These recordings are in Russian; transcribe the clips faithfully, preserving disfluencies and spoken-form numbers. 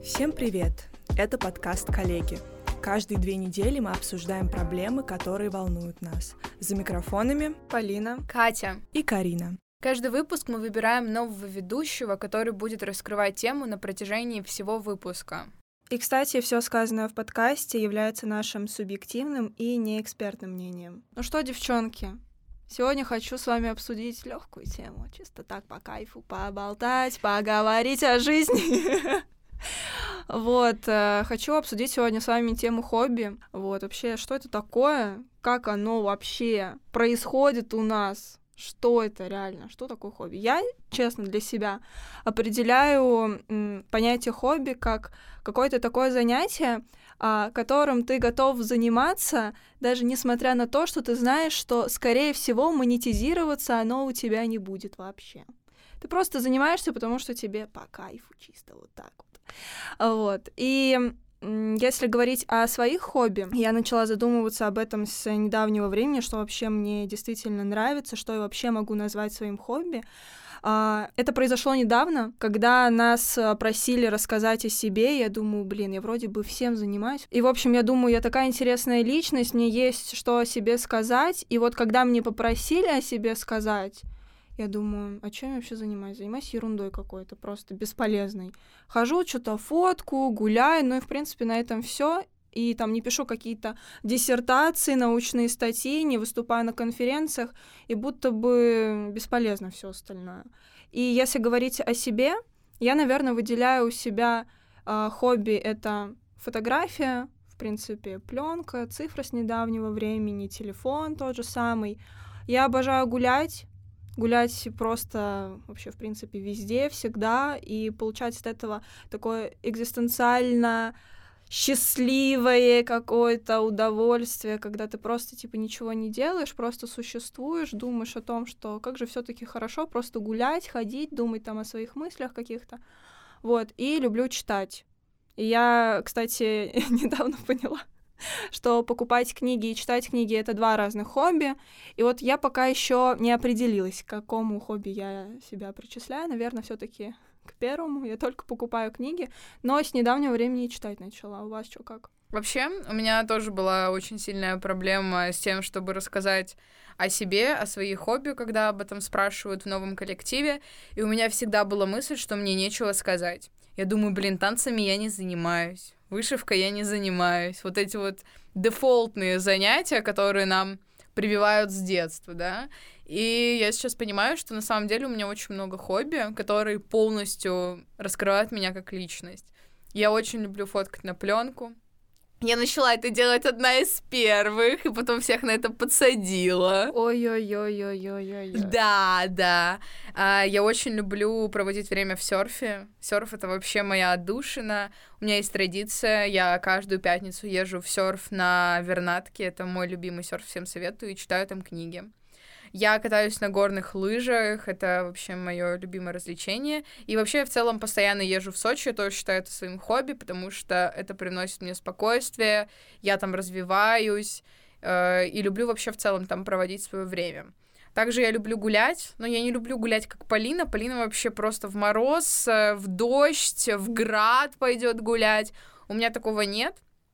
Всем привет! Это подкаст «Коллеги». Каждые две недели мы обсуждаем проблемы, которые волнуют нас. За микрофонами Полина, Катя и Карина. Каждый выпуск мы выбираем нового ведущего, который будет раскрывать тему на протяжении всего выпуска. И, кстати, все сказанное в подкасте является нашим субъективным и неэкспертным мнением. Ну что, девчонки, сегодня хочу с вами обсудить легкую тему, чисто так по кайфу поболтать, поговорить о жизни. Вот, хочу обсудить сегодня с вами тему хобби. Вот, вообще, что это такое? Как оно вообще происходит у нас? Что это реально? Что такое хобби? Я, честно, для себя определяю м, понятие хобби как какое-то такое занятие, а, которым ты готов заниматься, даже несмотря на то, что ты знаешь, что, скорее всего, монетизироваться оно у тебя не будет вообще. Ты просто занимаешься, потому что тебе по кайфу чисто вот так вот. Вот. И если говорить о своих хобби, я начала задумываться об этом с недавнего времени, что вообще мне действительно нравится, что я вообще могу назвать своим хобби. Это произошло недавно, когда нас просили рассказать о себе. Я думаю, блин, я вроде бы всем занимаюсь. И, в общем, я думаю, я такая интересная личность, мне есть что о себе сказать. И вот когда мне попросили о себе сказать, я думаю, а чем я вообще занимаюсь? Занимаюсь ерундой какой-то, просто бесполезной. Хожу, что-то фотку, гуляю, ну и, в принципе, на этом все. И там не пишу какие-то диссертации, научные статьи, не выступаю на конференциях, и будто бы бесполезно все остальное. И если говорить о себе, я, наверное, выделяю у себя э, хобби — это фотография, в принципе, пленка, цифра с недавнего времени, телефон тот же самый. Я обожаю гулять, гулять просто вообще, в принципе, везде, всегда, и получать от этого такое экзистенциально счастливое какое-то удовольствие, когда ты просто, типа, ничего не делаешь, просто существуешь, думаешь о том, что как же все-таки хорошо просто гулять, ходить, думать там о своих мыслях каких-то, вот, и люблю читать. И я, кстати, недавно поняла, что покупать книги и читать книги — это два разных хобби. И вот я пока еще не определилась, к какому хобби я себя причисляю. Наверное, все-таки к первому. Я только покупаю книги, но с недавнего времени читать начала. У вас что, как? Вообще, у меня тоже была очень сильная проблема с тем, чтобы рассказать о себе, о своих хобби, когда об этом спрашивают в новом коллективе. И у меня всегда была мысль, что мне нечего сказать. Я думаю, блин, танцами я не занимаюсь, вышивкой я не занимаюсь. Вот эти вот дефолтные занятия, которые нам прививают с детства, да. И я сейчас понимаю, что на самом деле у меня очень много хобби, которые полностью раскрывают меня как личность. Я очень люблю фоткать на пленку. Я начала это делать одна из первых, и потом всех на это подсадила. Ой-ой-ой-ой-ой-ой. Да, да. А, я очень люблю проводить время в серфе. Серф — это вообще моя отдушина. У меня есть традиция, я каждую пятницу езжу в серф на Вернадке. Это мой любимый серф, всем советую, и читаю там книги. Я катаюсь на горных лыжах, это вообще мое любимое развлечение. И вообще, в целом, постоянно езжу в Сочи, я тоже считаю это своим хобби, потому что это приносит мне спокойствие, я там развиваюсь, э, и люблю вообще в целом там проводить свое время. Также я люблю гулять, но я не люблю гулять как Полина. Полина вообще просто в мороз, в дождь, в град пойдет гулять. У меня такого нет.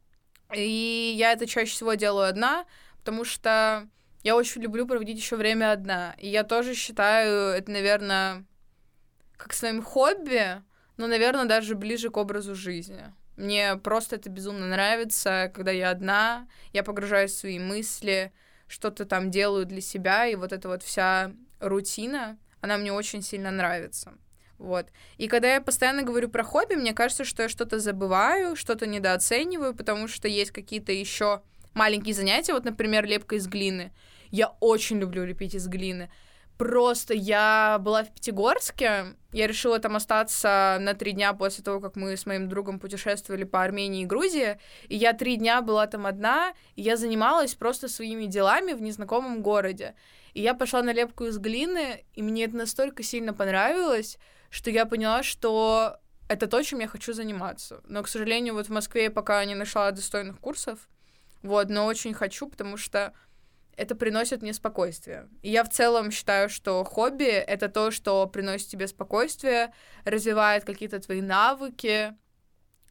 И я это чаще всего делаю одна, потому что я очень люблю проводить еще время одна. И я тоже считаю это, наверное, как своим хобби, но, наверное, даже ближе к образу жизни. Мне просто это безумно нравится, когда я одна, я погружаюсь в свои мысли, что-то там делаю для себя, и вот эта вот вся рутина, она мне очень сильно нравится. Вот. И когда я постоянно говорю про хобби, мне кажется, что я что-то забываю, что-то недооцениваю, потому что есть какие-то еще маленькие занятия, вот, например, лепка из глины. Я очень люблю лепить из глины. Просто я была в Пятигорске, я решила там остаться на три дня после того, как мы с моим другом путешествовали по Армении и Грузии, и я три дня была там одна, и я занималась просто своими делами в незнакомом городе. И я пошла на лепку из глины, и мне это настолько сильно понравилось, что я поняла, что это то, чем я хочу заниматься. Но, к сожалению, вот в Москве я пока не нашла достойных курсов, вот, но очень хочу, потому что это приносит мне спокойствие. И я в целом считаю, что хобби — это то, что приносит тебе спокойствие, развивает какие-то твои навыки,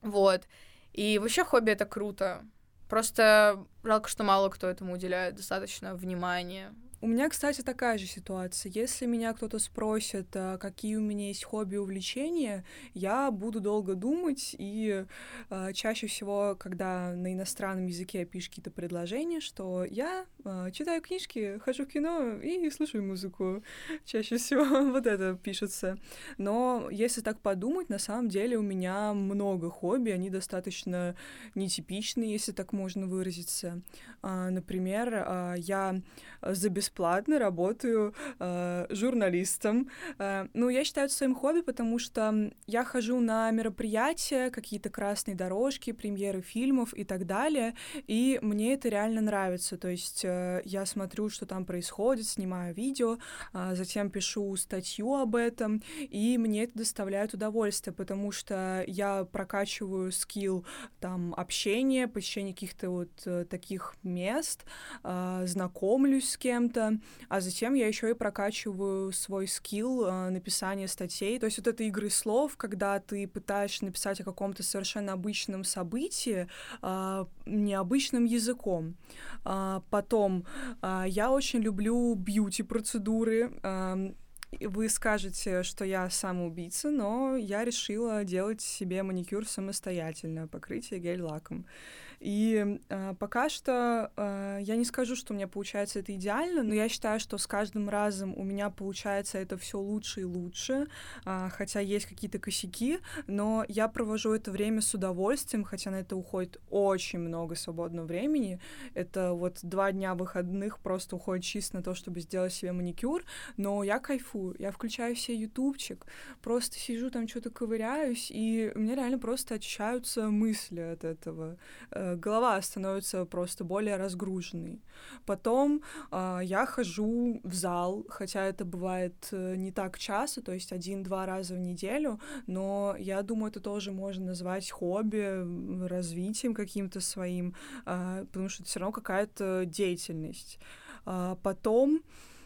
Вот. И вообще хобби — это круто. Просто жалко, что мало кто этому уделяет достаточно внимания. У меня, кстати, такая же ситуация. Если меня кто-то спросит, какие у меня есть хобби и увлечения, я буду долго думать, и э, чаще всего, когда на иностранном языке я пишу какие-то предложения, что я э, читаю книжки, хожу в кино и слушаю музыку. Чаще всего вот это пишется. Но если так подумать, на самом деле у меня много хобби, они достаточно нетипичные, если так можно выразиться. А, например, а, я за бесплатно бесплатно работаю э, журналистом. Э, ну, я считаю это своим хобби, потому что я хожу на мероприятия, какие-то красные дорожки, премьеры фильмов и так далее, и мне это реально нравится. То есть э, я смотрю, что там происходит, снимаю видео, э, затем пишу статью об этом, и мне это доставляет удовольствие, потому что я прокачиваю скилл там общения, посещения каких-то вот э, таких мест, э, знакомлюсь с кем-то, а затем я еще и прокачиваю свой скилл э, написания статей. То есть вот это игры слов, когда ты пытаешься написать о каком-то совершенно обычном событии э, необычным языком. Э, потом э, я очень люблю бьюти-процедуры. Э, Вы скажете, что я самоубийца, но я решила делать себе маникюр самостоятельно, покрытие гель-лаком. И э, пока что э, я не скажу, что у меня получается это идеально, но я считаю, что с каждым разом у меня получается это все лучше и лучше, э, хотя есть какие-то косяки, но я провожу это время с удовольствием, хотя на это уходит очень много свободного времени. Это вот два дня выходных просто уходит чисто на то, чтобы сделать себе маникюр, но я кайфую, я включаю себе ютубчик, просто сижу там, что-то ковыряюсь, и у меня реально просто очищаются мысли от этого. Голова становится просто более разгруженной. Потом э, я хожу в зал, хотя это бывает э, не так часто, то есть один-два раза в неделю, но я думаю, это тоже можно назвать хобби, развитием каким-то своим, э, потому что это все равно какая-то деятельность. Э, потом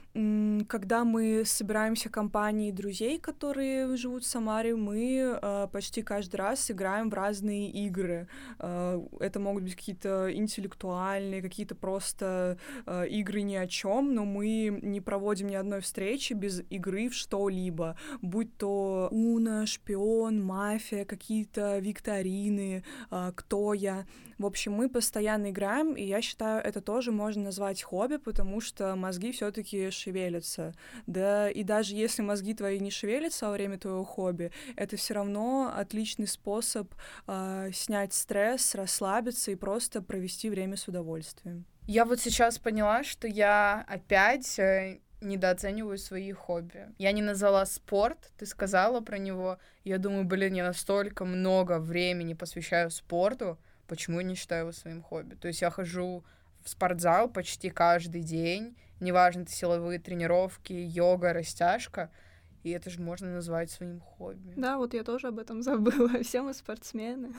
когда мы собираемся компанией друзей, которые живут в Самаре, мы э, почти каждый раз играем в разные игры. Э, это могут быть какие-то интеллектуальные, какие-то просто э, игры ни о чем, но мы не проводим ни одной встречи без игры в что-либо, будь то Уно, Шпион, Мафия, какие-то викторины, э, Кто я. В общем, мы постоянно играем, и я считаю, это тоже можно назвать хобби, потому что мозги все-таки шевелятся. Да, и даже если мозги твои не шевелятся во время твоего хобби, это все равно отличный способ э, снять стресс, расслабиться и просто провести время с удовольствием. Я вот сейчас поняла, что я опять э, недооцениваю свои хобби. Я не назвала спорт, ты сказала про него. Я думаю, блин, я настолько много времени посвящаю спорту, почему я не считаю его своим хобби? То есть я хожу в спортзал почти каждый день, неважно, это силовые тренировки, йога, растяжка, и это же можно назвать своим хобби. Да, вот я тоже об этом забыла. Все мы спортсмены.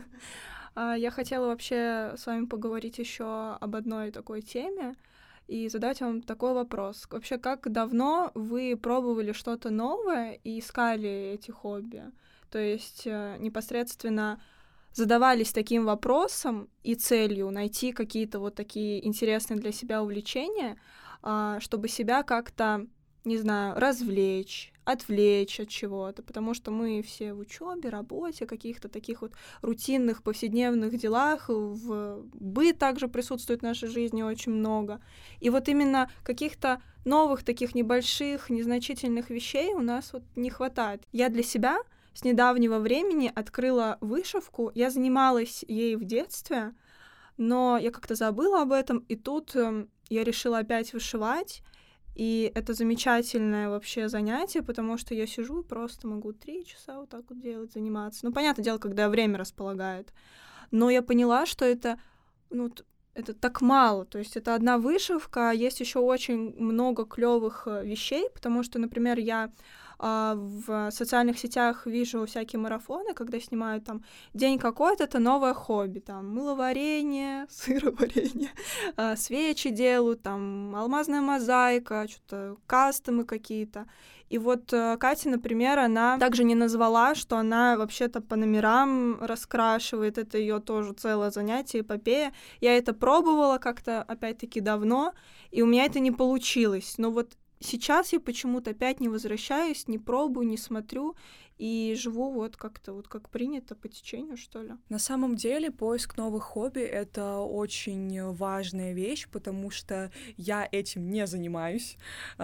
Я хотела вообще с вами поговорить еще об одной такой теме и задать вам такой вопрос. Вообще, как давно вы пробовали что-то новое и искали эти хобби? То есть непосредственно задавались таким вопросом и целью найти какие-то вот такие интересные для себя увлечения, чтобы себя как-то, не знаю, развлечь, отвлечь от чего-то, потому что мы все в учебе, работе, каких-то таких вот рутинных повседневных делах, в быт также присутствует в нашей жизни очень много. И вот именно каких-то новых таких небольших, незначительных вещей у нас вот не хватает. Я для себя с недавнего времени открыла вышивку. Я занималась ей в детстве, но я как-то забыла об этом, и тут э, я решила опять вышивать. И это замечательное вообще занятие, потому что я сижу и просто могу три часа вот так вот делать, заниматься. Ну, понятное дело, когда время располагает. Но я поняла, что это, ну, это так мало. То есть это одна вышивка, есть еще очень много клевых вещей, потому что, например, я а, в социальных сетях вижу всякие марафоны, когда снимают там день какой-то, это новое хобби, там мыловарение, сыроварение, а, свечи делают, там алмазная мозаика, что-то кастомы какие-то. И вот э, Катя, например, она также не назвала, что она вообще-то по номерам раскрашивает, это ее тоже целое занятие, эпопея. Я это пробовала как-то, опять-таки, давно, и у меня это не получилось. Но вот сейчас я почему-то опять не возвращаюсь, не пробую, не смотрю, и живу вот как-то вот как принято, по течению, что ли. На самом деле поиск новых хобби — это очень важная вещь, потому что я этим не занимаюсь.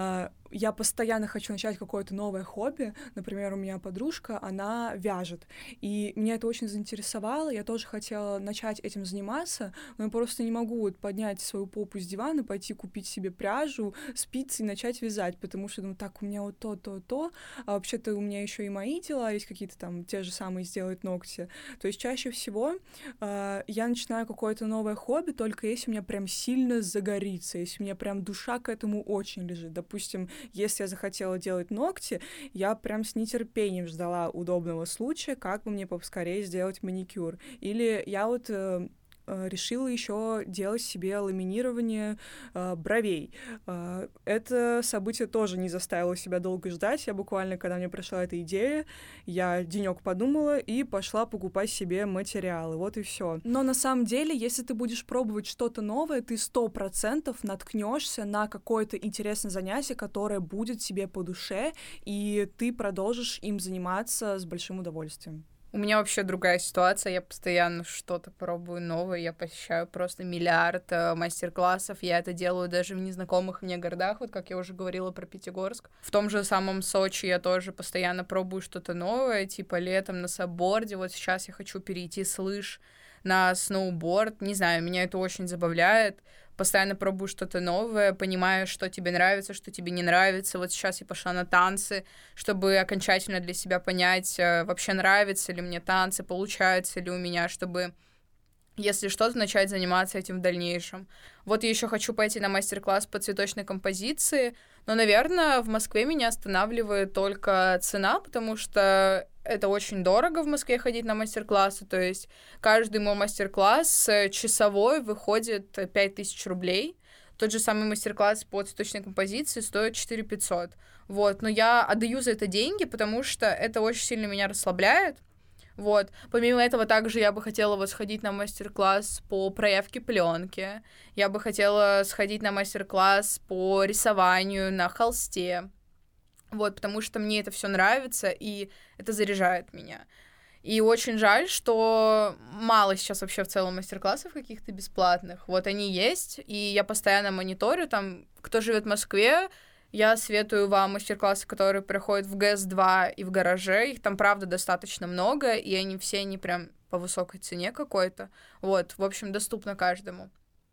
Я постоянно хочу начать какое-то новое хобби. Например, у меня подружка, она вяжет, и меня это очень заинтересовало. Я тоже хотела начать этим заниматься, но я просто не могу вот поднять свою попу с дивана, пойти купить себе пряжу, спицы и начать вязать, потому что думаю, так, у меня вот то, то, то, а вообще-то у меня еще и мои дела есть какие-то там те же самые сделать ногти. То есть чаще всего э, я начинаю какое-то новое хобби, только если у меня прям сильно загорится, если у меня прям душа к этому очень лежит. Допустим, если я захотела делать ногти, я прям с нетерпением ждала удобного случая, как бы мне поскорее сделать маникюр. Или я вот э, решила еще делать себе ламинирование э, бровей. Э, это событие тоже не заставило себя долго ждать. Я буквально, когда мне пришла эта идея, я денек подумала и пошла покупать себе материалы. Вот и все. Но на самом деле, если ты будешь пробовать что-то новое, ты сто процентов наткнешься на какое-то интересное занятие, которое будет тебе по душе, и ты продолжишь им заниматься с большим удовольствием. У меня вообще другая ситуация, я постоянно что-то пробую новое, я посещаю просто миллиард э, мастер-классов, я это делаю даже в незнакомых мне городах, вот как я уже говорила про Пятигорск. В том же самом Сочи я тоже постоянно пробую что-то новое, типа летом на сабборде, вот сейчас я хочу перейти с лыж на сноуборд, не знаю, меня это очень забавляет. Постоянно пробую что-то новое, понимаю, что тебе нравится, что тебе не нравится. Вот сейчас я пошла на танцы, чтобы окончательно для себя понять, вообще нравятся ли мне танцы, получается ли у меня, чтобы, если что-то, начать заниматься этим в дальнейшем. Вот я еще хочу пойти на мастер-класс по цветочной композиции, но, наверное, в Москве меня останавливает только цена, потому что это очень дорого в Москве ходить на мастер-классы, то есть каждый мой мастер-класс часовой выходит пять тысяч рублей. Тот же самый мастер-класс по цветочной композиции стоит четыре тысячи пятьсот. Вот, но я отдаю за это деньги, потому что это очень сильно меня расслабляет. Вот. Помимо этого, также я бы хотела вот сходить на мастер-класс по проявке пленки. Я бы хотела сходить на мастер-класс по рисованию на холсте. Вот, потому что мне это все нравится, и это заряжает меня. И очень жаль, что мало сейчас вообще в целом мастер-классов каких-то бесплатных. Вот они есть, и я постоянно мониторю, там, кто живет в Москве, я советую вам мастер-классы, которые проходят в гэ эс два и в гараже. Их там, правда, достаточно много, и они все не прям по высокой цене какой-то. Вот, в общем, доступно каждому.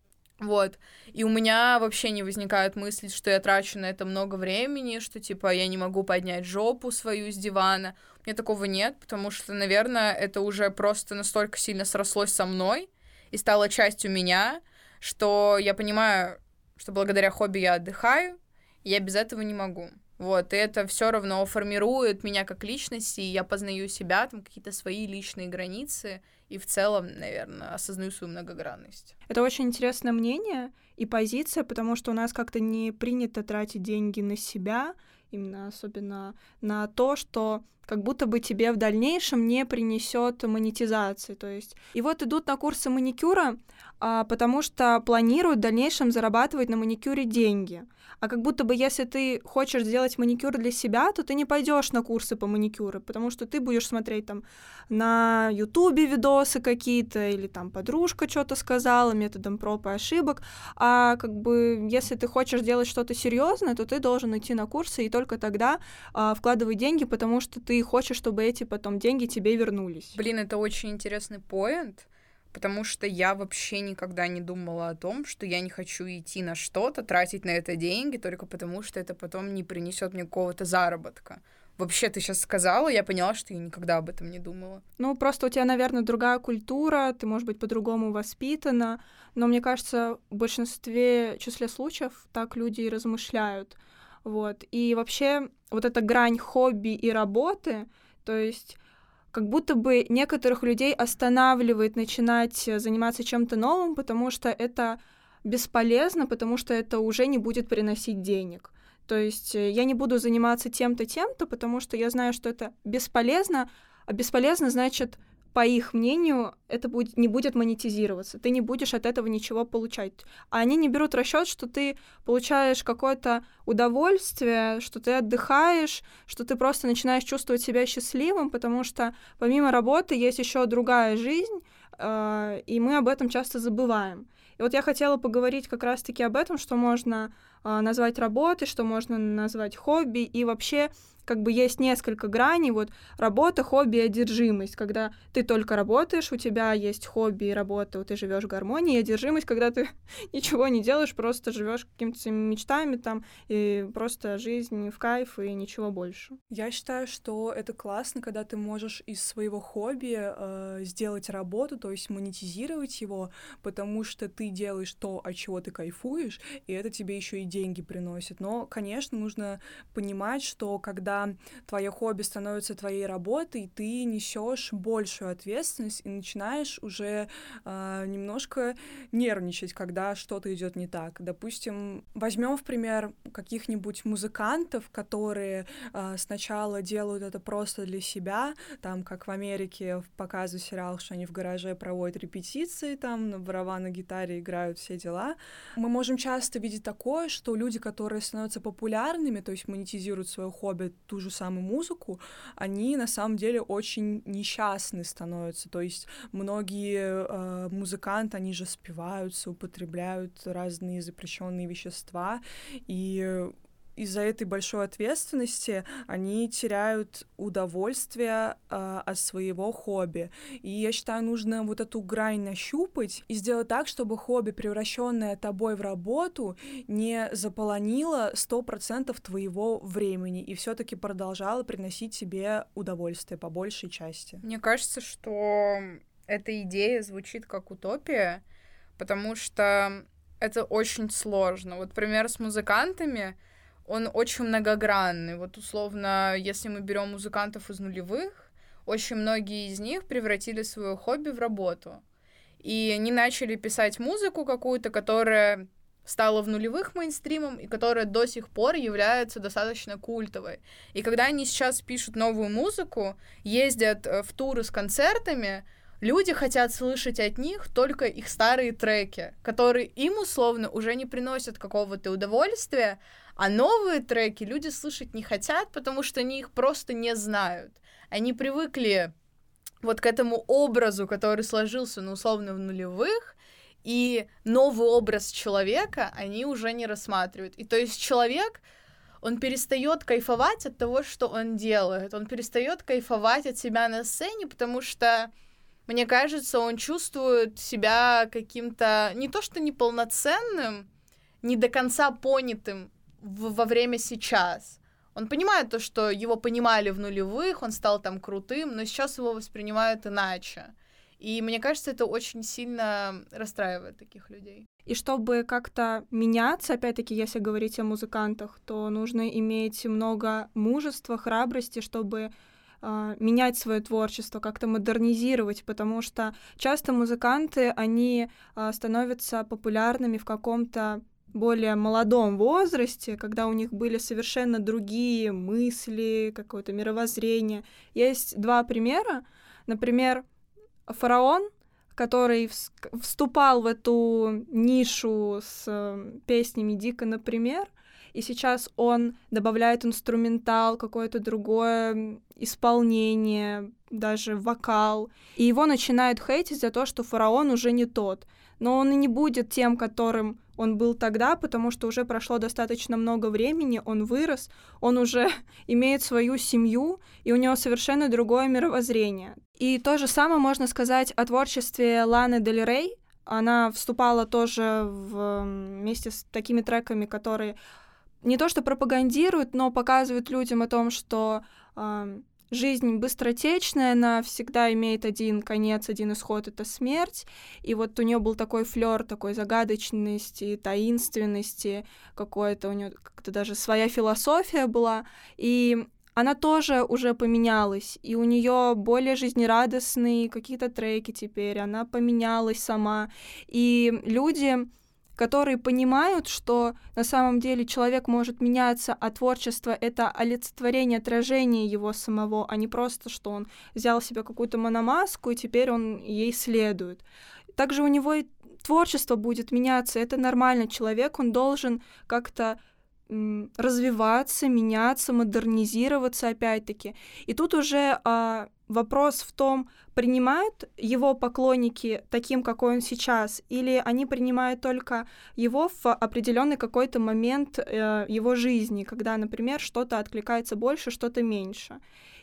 Вот, и у меня вообще не возникают мысли, что я трачу на это много времени, что, типа, я не могу поднять жопу свою с дивана. У меня такого нет, потому что, наверное, это уже просто настолько сильно срослось со мной и стало частью меня, что я понимаю, что благодаря хобби я отдыхаю, и я без этого не могу. Вот, и это все равно формирует меня как личность, и я познаю себя, там, какие-то свои личные границы, и в целом, наверное, осознаю свою многогранность. Это очень интересное мнение и позиция, потому что у нас как-то не принято тратить деньги на себя, именно особенно на то, что как будто бы тебе в дальнейшем не принесет монетизации. То есть, и вот идут на курсы маникюра, а, потому что планируют в дальнейшем зарабатывать на маникюре деньги. А как будто бы если ты хочешь сделать маникюр для себя, то ты не пойдешь на курсы по маникюру, потому что ты будешь смотреть там на Ютубе видосы какие-то, или там подружка что-то сказала методом проб и ошибок. А как бы если ты хочешь делать что-то серьезное, то ты должен идти на курсы и только тогда а, вкладывать деньги, потому что ты хочешь, чтобы эти потом деньги тебе вернулись. Блин, это очень интересный поинт. Потому что я вообще никогда не думала о том, что я не хочу идти на что-то, тратить на это деньги, только потому что это потом не принесет мне какого-то заработка. Вообще, ты сейчас сказала, я поняла, что я никогда об этом не думала. Ну, просто у тебя, наверное, другая культура, ты, может быть, по-другому воспитана, но мне кажется, в большинстве числе случаев так люди и размышляют. Вот. И вообще вот эта грань хобби и работы, то есть как будто бы некоторых людей останавливает начинать заниматься чем-то новым, потому что это бесполезно, потому что это уже не будет приносить денег. То есть я не буду заниматься тем-то, тем-то, потому что я знаю, что это бесполезно, а бесполезно значит, по их мнению, это будет, не будет монетизироваться, ты не будешь от этого ничего получать. А они не берут в расчет, что ты получаешь какое-то удовольствие, что ты отдыхаешь, что ты просто начинаешь чувствовать себя счастливым, потому что помимо работы есть еще другая жизнь, э, и мы об этом часто забываем. И вот я хотела поговорить как раз-таки об этом, что можно э, назвать работой, что можно назвать хобби, и вообще как бы есть несколько граней, вот работа, хобби, одержимость, когда ты только работаешь, у тебя есть хобби и работа, вот ты живешь в гармонии, и одержимость, когда ты ничего не делаешь, просто живешь какими-то своими мечтами там, и просто жизнь в кайф, и ничего больше. Я считаю, что это классно, когда ты можешь из своего хобби э, сделать работу, то есть монетизировать его, потому что ты делаешь то, от чего ты кайфуешь, и это тебе еще и деньги приносит. Но, конечно, нужно понимать, что когда твое хобби становится твоей работой, ты несешь большую ответственность и начинаешь уже э, немножко нервничать, когда что-то идет не так. Допустим, возьмем в пример каких-нибудь музыкантов, которые э, сначала делают это просто для себя, там, как в Америке показывают сериал, что они в гараже проводят репетиции, там, на барабанной гитаре играют, все дела. Мы можем часто видеть такое, что люди, которые становятся популярными, то есть монетизируют свое хобби, ту же самую музыку, они на самом деле очень несчастны становятся. То есть многие э, музыканты, они же спиваются, употребляют разные запрещенные вещества, и из-за этой большой ответственности они теряют удовольствие э, от своего хобби. И я считаю, нужно вот эту грань нащупать и сделать так, чтобы хобби, превращенное тобой в работу, не заполонило сто процентов твоего времени и все-таки продолжало приносить тебе удовольствие по большей части. Мне кажется, что эта идея звучит как утопия, потому что это очень сложно. Вот пример с музыкантами, он очень многогранный. Вот условно, если мы берем музыкантов из нулевых, очень многие из них превратили свое хобби в работу. И они начали писать музыку какую-то, которая стала в нулевых мейнстримом и которая до сих пор является достаточно культовой. И когда они сейчас пишут новую музыку, ездят в туры с концертами, люди хотят слышать от них только их старые треки, которые им условно уже не приносят какого-то удовольствия, а новые треки люди слышать не хотят, потому что они их просто не знают. Они привыкли вот к этому образу, который сложился, ну, условно, в нулевых, и новый образ человека они уже не рассматривают. И то есть человек, он перестает кайфовать от того, что он делает, он перестает кайфовать от себя на сцене, потому что, мне кажется, он чувствует себя каким-то не то что неполноценным, не до конца понятым в, во время сейчас. Он понимает то, что его понимали в нулевых, он стал там крутым, но сейчас его воспринимают иначе. И мне кажется, это очень сильно расстраивает таких людей. И чтобы как-то меняться, опять-таки, если говорить о музыкантах, то нужно иметь много мужества, храбрости, чтобы э, менять свое творчество, как-то модернизировать, потому что часто музыканты, они э, становятся популярными в каком-то более молодом возрасте, когда у них были совершенно другие мысли, какое-то мировоззрение. Есть два примера. Например, Фараон, который вступал в эту нишу с песнями Дика, например, и сейчас он добавляет инструментал, какое-то другое исполнение, даже вокал, и его начинают хейтить за то, что Фараон уже не тот. Но он и не будет тем, которым он был тогда, потому что уже прошло достаточно много времени, он вырос, он уже имеет свою семью, и у него совершенно другое мировоззрение. И то же самое можно сказать о творчестве Ланы Дель Рей. Она вступала тоже в... вместе с такими треками, которые не то что пропагандируют, но показывают людям о том, что э, жизнь быстротечная, она всегда имеет один конец, один исход — это смерть. И вот у нее был такой флер такой загадочности, таинственности, какой-то у нее как-то даже своя философия была. И она тоже уже поменялась, и у нее более жизнерадостные какие-то треки теперь, она поменялась сама. И люди, которые понимают, что на самом деле человек может меняться, а творчество — это олицетворение, отражение его самого, а не просто, что он взял себе какую-то мономаску, и теперь он ей следует. Также у него и творчество будет меняться, это нормально. Человек, он должен как-то м, развиваться, меняться, модернизироваться опять-таки. И тут уже а, вопрос в том, принимают его поклонники таким, какой он сейчас, или они принимают только его в определенный какой-то момент э, его жизни, когда, например, что-то откликается больше, что-то меньше.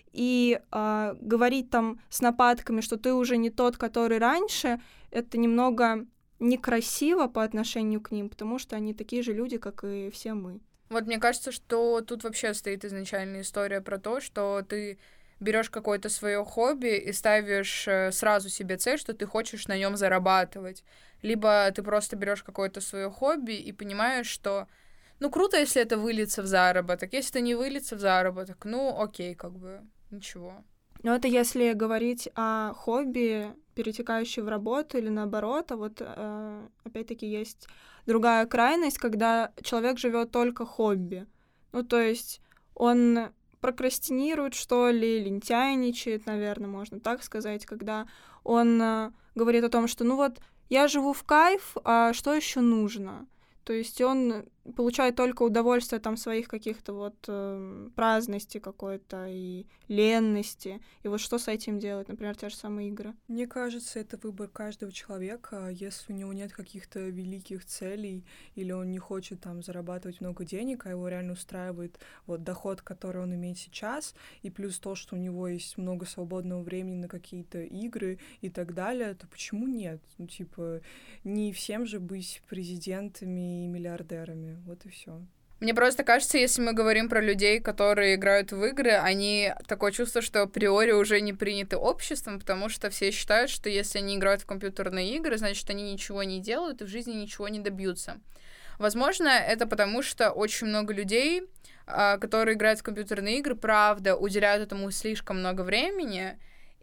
И э, говорить там с нападками, что ты уже не тот, который раньше, это немного некрасиво по отношению к ним, потому что они такие же люди, как и все мы. Вот мне кажется, что тут вообще стоит изначальная история про то, что ты берешь какое-то свое хобби и ставишь сразу себе цель, что ты хочешь на нем зарабатывать. Либо ты просто берешь какое-то свое хобби и понимаешь, что ну круто, если это выльется в заработок. Если это не выльется в заработок, ну окей, как бы ничего. Но это если говорить о хобби, перетекающей в работу или наоборот, а вот э, опять-таки есть другая крайность, когда человек живет только хобби. Ну, то есть он прокрастинирует, что ли, лентяйничает, наверное, можно так сказать, когда он э, говорит о том, что ну вот я живу в кайф, а что еще нужно? То есть он получает только удовольствие там своих каких-то вот э, праздностей какой-то и ленности. И вот что с этим делать, например, те же самые игры? Мне кажется, это выбор каждого человека. Если у него нет каких-то великих целей или он не хочет там зарабатывать много денег, а его реально устраивает вот доход, который он имеет сейчас, и плюс то, что у него есть много свободного времени на какие-то игры и так далее, то почему нет? Ну, типа, не всем же быть президентами и миллиардерами. Вот и все. Мне просто кажется, если мы говорим про людей, которые играют в игры, они такое чувство, что априори уже не приняты обществом, потому что все считают, что если они играют в компьютерные игры, значит, они ничего не делают и в жизни ничего не добьются. Возможно, это потому, что очень много людей, которые играют в компьютерные игры, правда, уделяют этому слишком много времени,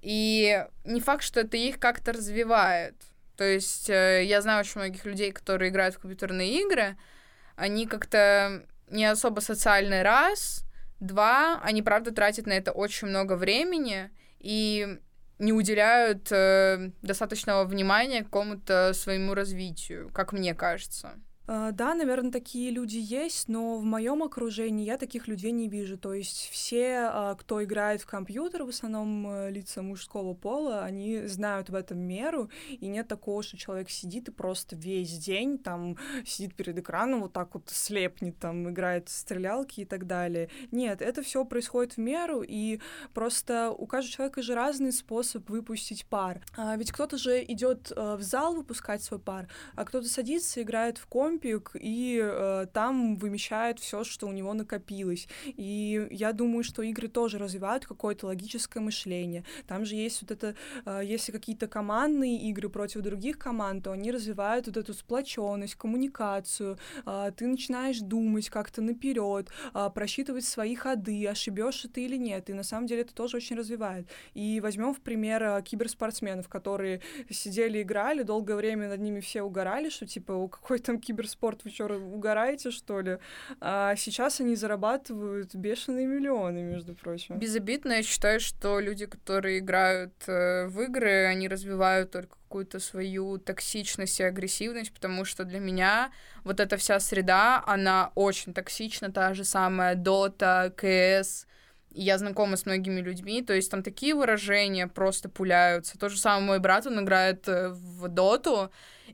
и не факт, что это их как-то развивает. То есть я знаю очень многих людей, которые играют в компьютерные игры, они как-то не особо социальный, раз, два, они, правда, тратят на это очень много времени и не уделяют э, достаточного внимания какому-то своему развитию, как мне кажется. Uh, да, наверное, такие люди есть, но в моем окружении я таких людей не вижу. То есть все, uh, кто играет в компьютер, в основном uh, лица мужского пола, они знают в этом меру, и нет такого, что человек сидит и просто весь день там сидит перед экраном, вот так вот слепнет, там играет в стрелялки и так далее. Нет, это все происходит в меру, и просто у каждого человека же разный способ выпустить пар. Uh, ведь кто-то же идет uh, в зал выпускать свой пар, а кто-то садится, играет в комп, и э, там вымещает все, что у него накопилось. И я думаю, что игры тоже развивают какое-то логическое мышление. Там же есть вот это, э, если какие-то командные игры против других команд, то они развивают вот эту сплоченность, коммуникацию. Э, ты начинаешь думать как-то наперед, э, просчитывать свои ходы, ошибешься ты или нет. И на самом деле это тоже очень развивает. И возьмем в пример э, киберспортсменов, которые сидели, играли, долгое время над ними все угорали, что типа, у какой там киберспорт, вы что, угораете, что ли? А сейчас они зарабатывают бешеные миллионы, между прочим. Безобидно, я считаю, что люди, которые играют э, в игры, они развивают только какую-то свою токсичность и агрессивность, потому что для меня вот эта вся среда, она очень токсична, та же самая Dota, КС. И я знакома с многими людьми, то есть там такие выражения просто пуляются. То же самое мой брат, он играет в Доту,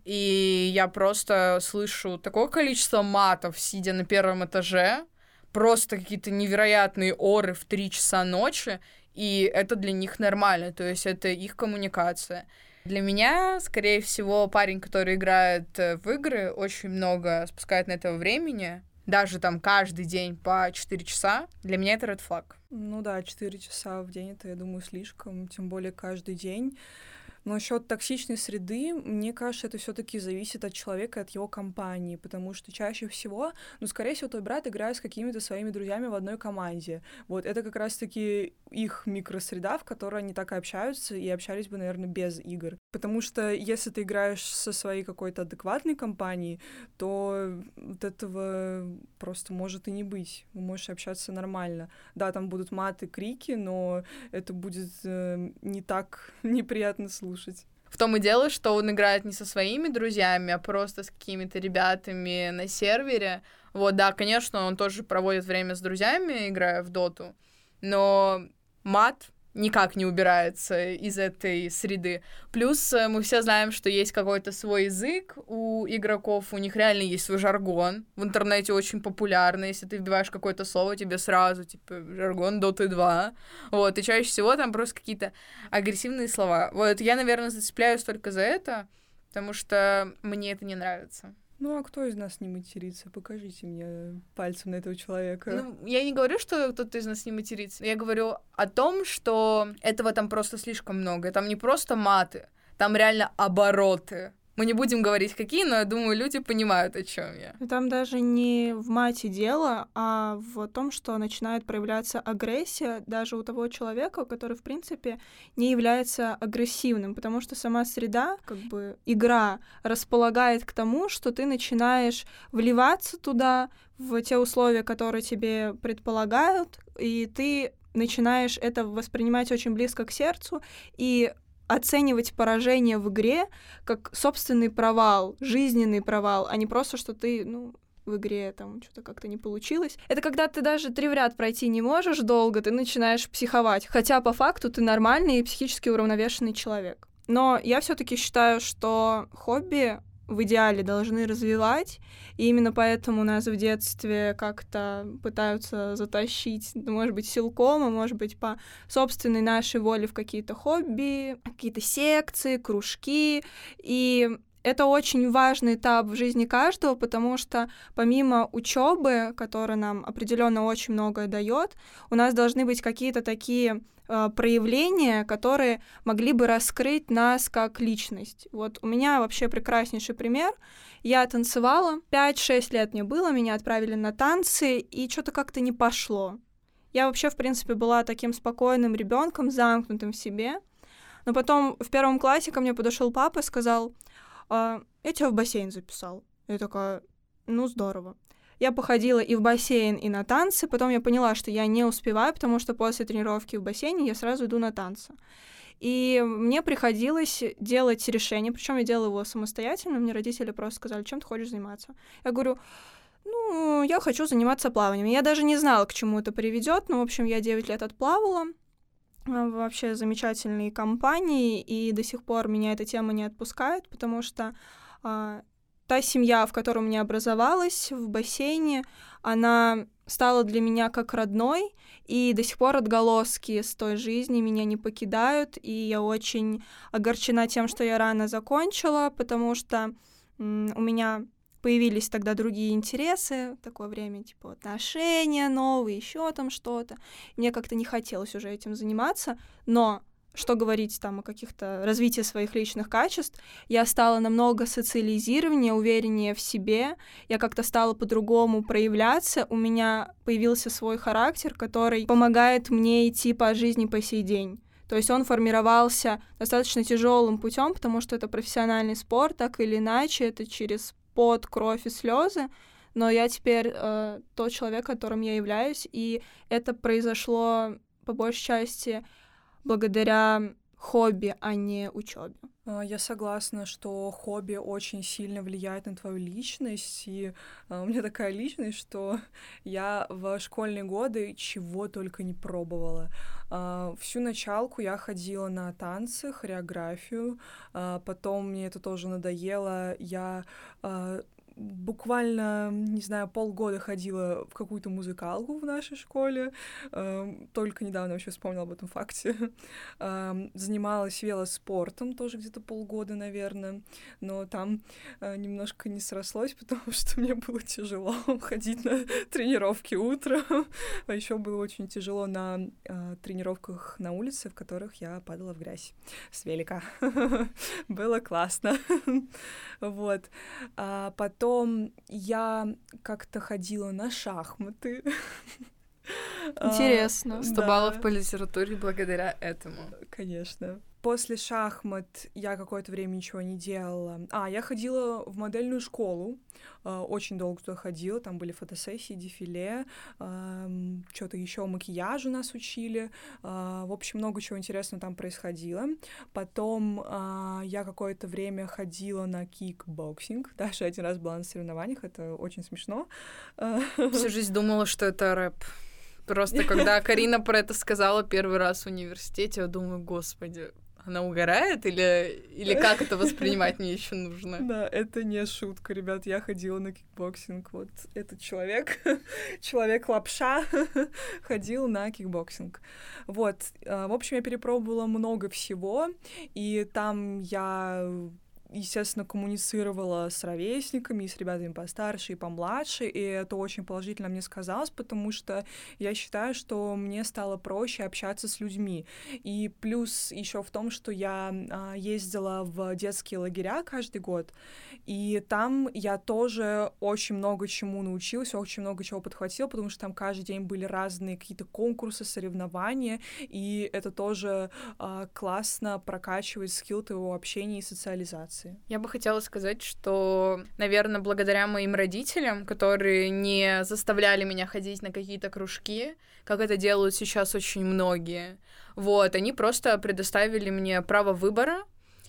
и я просто слышу такое количество матов, сидя на первом этаже, просто какие-то невероятные оры в три часа ночи, и это для них нормально, то есть это их коммуникация. Для меня, скорее всего, парень, который играет в игры, очень много спускает на этого времени, даже там каждый день по четыре часа, для меня это red flag. Ну да, четыре часа в день — это, я думаю, слишком, тем более каждый день. Но насчет токсичной среды, мне кажется, это все-таки зависит от человека, от его компании, потому что чаще всего, ну, скорее всего, твой брат играет с какими-то своими друзьями в одной команде. Вот, это как раз-таки их микросреда, в которой они так и общаются, и общались бы, наверное, без игр. Потому что если ты играешь со своей какой-то адекватной компанией, то вот этого просто может и не быть. Вы можете общаться нормально. Да, там будут маты, крики, но это будет э, не так неприятно слушать. В том и дело, что он играет не со своими друзьями, а просто с какими-то ребятами на сервере. Вот, да, конечно, он тоже проводит время с друзьями, играя в доту, но мат никак не убирается из этой среды. Плюс мы все знаем, что есть какой-то свой язык у игроков, у них реально есть свой жаргон. В интернете очень популярный. Если ты вбиваешь какое-то слово, тебе сразу, типа, жаргон Доты два. Вот, и чаще всего там просто какие-то агрессивные слова. Вот, я, наверное, зацепляюсь только за это, потому что мне это не нравится. Ну, а кто из нас не матерится? Покажите мне пальцем на этого человека. Ну, я не говорю, что кто-то из нас не матерится. Я говорю о том, что этого там просто слишком много. Там не просто маты, там реально обороты. Мы не будем говорить, какие, но я думаю, люди понимают, о чем я. Там даже не в мате дело, а в том, что начинает проявляться агрессия даже у того человека, который, в принципе, не является агрессивным, потому что сама среда, как бы игра, располагает к тому, что ты начинаешь вливаться туда, в те условия, которые тебе предполагают, и ты начинаешь это воспринимать очень близко к сердцу, и оценивать поражение в игре как собственный провал, жизненный провал, а не просто, что ты, ну, в игре там что-то как-то не получилось. Это когда ты даже три в ряд пройти не можешь долго, ты начинаешь психовать, хотя по факту ты нормальный и психически уравновешенный человек. Но я все-таки считаю, что хобби в идеале должны развивать, и именно поэтому нас в детстве как-то пытаются затащить, может быть, силком, а может быть, по собственной нашей воле в какие-то хобби, какие-то секции, кружки, и это очень важный этап в жизни каждого, потому что помимо учебы, которая нам определенно очень многое дает, у нас должны быть какие-то такие э, проявления, которые могли бы раскрыть нас как личность. Вот у меня вообще прекраснейший пример. Я танцевала, пять-шесть лет мне было, меня отправили на танцы, и что-то как-то не пошло. Я вообще, в принципе, была таким спокойным ребенком, замкнутым в себе. Но потом в первом классе ко мне подошел папа и сказал: «Я тебя в бассейн записал». Я такая: ну, здорово. Я походила и в бассейн, и на танцы. Потом я поняла, что я не успеваю, потому что после тренировки в бассейне я сразу иду на танцы. И мне приходилось делать решение, причем я делала его самостоятельно. Мне родители просто сказали: чем ты хочешь заниматься? Я говорю: ну, я хочу заниматься плаванием. Я даже не знала, к чему это приведет, но, в общем, я девять лет отплавала. Вообще замечательные компании, и до сих пор меня эта тема не отпускает, потому что а, та семья, в которой у меня образовалась, в бассейне, она стала для меня как родной, и до сих пор отголоски с той жизни меня не покидают, и я очень огорчена тем, что я рано закончила, потому что м- у меня появились тогда другие интересы, такое время, типа отношения новые, еще там что-то. Мне как-то не хотелось уже этим заниматься, но что говорить там о каких-то развитии своих личных качеств, я стала намного социализированнее, увереннее в себе, я как-то стала по-другому проявляться, у меня появился свой характер, который помогает мне идти по жизни по сей день. То есть он формировался достаточно тяжелым путем, потому что это профессиональный спорт, так или иначе, это через пот, кровь и слезы, но я теперь э, тот человек, которым я являюсь, и это произошло по большей части благодаря хобби, а не учебе. Я согласна, что хобби очень сильно влияет на твою личность, и uh, у меня такая личность, что я в школьные годы чего только не пробовала. Uh, всю началку я ходила на танцы, хореографию, uh, потом мне это тоже надоело, я uh, буквально, не знаю, полгода ходила в какую-то музыкалку в нашей школе, только недавно вообще вспомнила об этом факте. Занималась велоспортом тоже где-то полгода, наверное, но там немножко не срослось, потому что мне было тяжело ходить на тренировки утром, а еще было очень тяжело на тренировках на улице, в которых я падала в грязь с велика. Было классно. Вот. А потом я как-то ходила на шахматы. Интересно. сто баллов по литературе благодаря этому. Конечно. После шахмат я какое-то время ничего не делала. А, я ходила в модельную школу. Очень долго туда ходила. Там были фотосессии, дефиле. Что-то еще макияжу нас учили. В общем, много чего интересного там происходило. Потом я какое-то время ходила на кикбоксинг. Даже один раз была на соревнованиях. Это очень смешно. Всю жизнь думала, что это рэп. Просто когда Карина про это сказала первый раз в университете, я думаю, господи, она угорает или, или как это воспринимать мне еще нужно? Да, это не шутка, ребят. Я ходила на кикбоксинг. Вот этот человек, человек-лапша, ходил на кикбоксинг. Вот. В общем, я перепробовала много всего, и там я... естественно, коммуницировала с ровесниками, и с ребятами постарше и помладше, и это очень положительно мне сказалось, потому что я считаю, что мне стало проще общаться с людьми. И плюс еще в том, что я а, ездила в детские лагеря каждый год, и там я тоже очень много чему научилась, очень много чего подхватила, потому что там каждый день были разные какие-то конкурсы, соревнования, и это тоже а, классно прокачивает скилл твоего общения и социализации. Я бы хотела сказать, что, наверное, благодаря моим родителям, которые не заставляли меня ходить на какие-то кружки, как это делают сейчас очень многие, вот, они просто предоставили мне право выбора,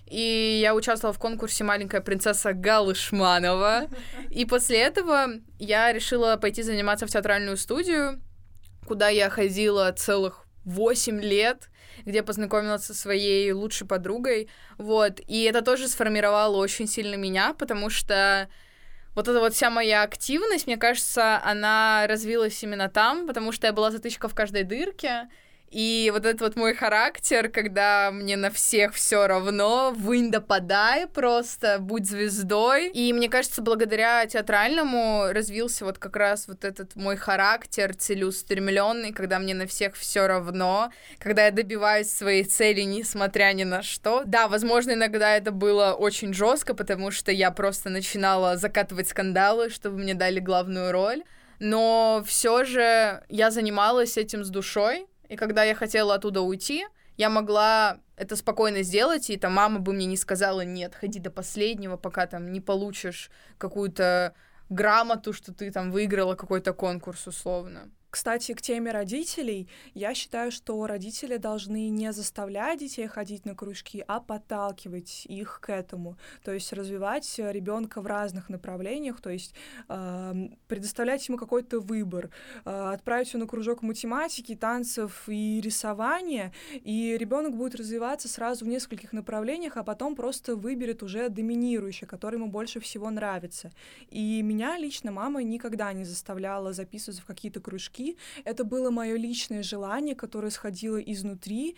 и я участвовала в конкурсе «Маленькая принцесса Галышманова», и после этого я решила пойти заниматься в театральную студию, куда я ходила целых восемь лет, где познакомилась со своей лучшей подругой, вот, и это тоже сформировало очень сильно меня, потому что вот эта вот вся моя активность, мне кажется, она развилась именно там, потому что я была затычка в каждой дырке, и вот этот вот мой характер, когда мне на всех все равно, вынь да подай просто, будь звездой. И мне кажется, благодаря театральному развился вот как раз вот этот мой характер целеустремленный, когда мне на всех все равно, когда я добиваюсь своей цели, несмотря ни на что. Да, возможно, иногда это было очень жестко, потому что я просто начинала закатывать скандалы, чтобы мне дали главную роль. Но все же я занималась этим с душой. И когда я хотела оттуда уйти, я могла это спокойно сделать, и там мама бы мне не сказала: нет, ходи до последнего, пока там не получишь какую-то грамоту, что ты там выиграла какой-то конкурс условно. Кстати, к теме родителей, я считаю, что родители должны не заставлять детей ходить на кружки, а подталкивать их к этому, то есть развивать ребенка в разных направлениях, то есть э, предоставлять ему какой-то выбор, э, отправить его на кружок математики, танцев и рисования, и ребенок будет развиваться сразу в нескольких направлениях, а потом просто выберет уже доминирующее, которое ему больше всего нравится. И меня лично мама никогда не заставляла записываться в какие-то кружки. Это было мое личное желание, которое сходило изнутри,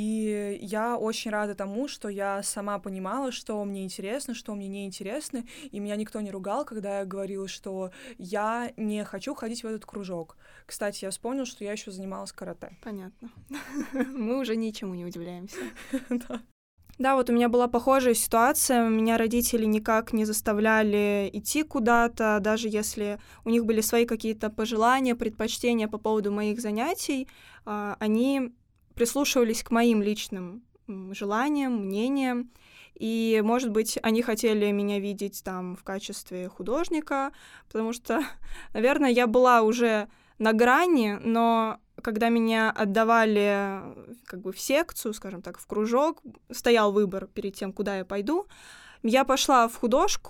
и я очень рада тому, что я сама понимала, что мне интересно, что мне не интересно, и меня никто не ругал, когда я говорила, что я не хочу ходить в этот кружок. Кстати, я вспомнила, что я еще занималась карате. Понятно. Мы уже ничему не удивляемся. Да, вот у меня была похожая ситуация. Меня родители никак не заставляли идти куда-то, даже если у них были свои какие-то пожелания, предпочтения по поводу моих занятий. Они прислушивались к моим личным желаниям, мнениям. И, может быть, они хотели меня видеть там в качестве художника, потому что, наверное, я была уже на грани, но когда меня отдавали как бы в секцию, скажем так, в кружок, стоял выбор перед тем, куда я пойду, я пошла в художку,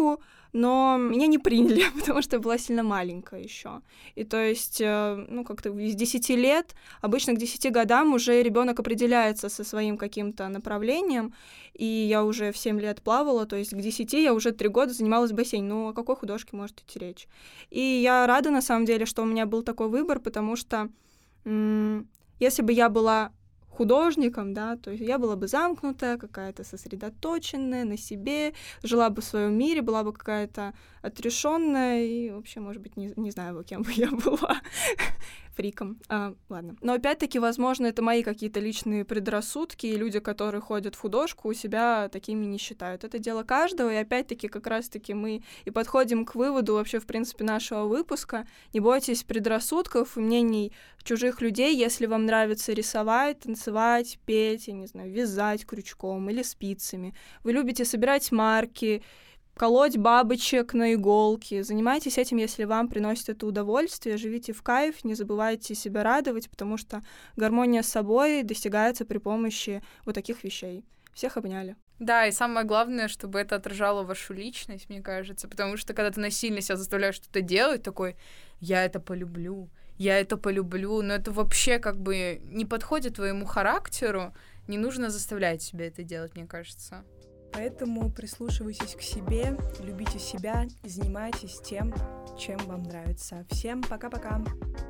но меня не приняли, потому что я была сильно маленькая еще. И то есть, ну, как-то с десяти лет, обычно к десяти годам уже ребенок определяется со своим каким-то направлением, и я уже в семь лет плавала, то есть к десяти я уже три года занималась в бассейне. Ну, о какой художке может идти речь? И я рада, на самом деле, что у меня был такой выбор, потому что м- если бы я была художником, да, то есть я была бы замкнутая, какая-то сосредоточенная на себе, жила бы в своем мире, была бы какая-то отрешенная и вообще, может быть, не, не знаю, кем бы я была, фриком. А, ладно. Но опять-таки, возможно, это мои какие-то личные предрассудки, и люди, которые ходят в художку, у себя такими не считают. Это дело каждого, и опять-таки, как раз-таки мы и подходим к выводу вообще, в принципе, нашего выпуска. Не бойтесь предрассудков и мнений чужих людей, если вам нравится рисовать, танцевать, петь, я не знаю, вязать крючком или спицами. Вы любите собирать марки, колоть бабочек на иголки. Занимайтесь этим, если вам приносит это удовольствие. Живите в кайф, не забывайте себя радовать, потому что гармония с собой достигается при помощи вот таких вещей. Всех обняли. Да, и самое главное, чтобы это отражало вашу личность, мне кажется, потому что когда ты насильно себя заставляешь что-то делать, такой, я это полюблю, я это полюблю, но это вообще как бы не подходит твоему характеру, не нужно заставлять себя это делать, мне кажется. Поэтому прислушивайтесь к себе, любите себя и занимайтесь тем, чем вам нравится. Всем пока-пока!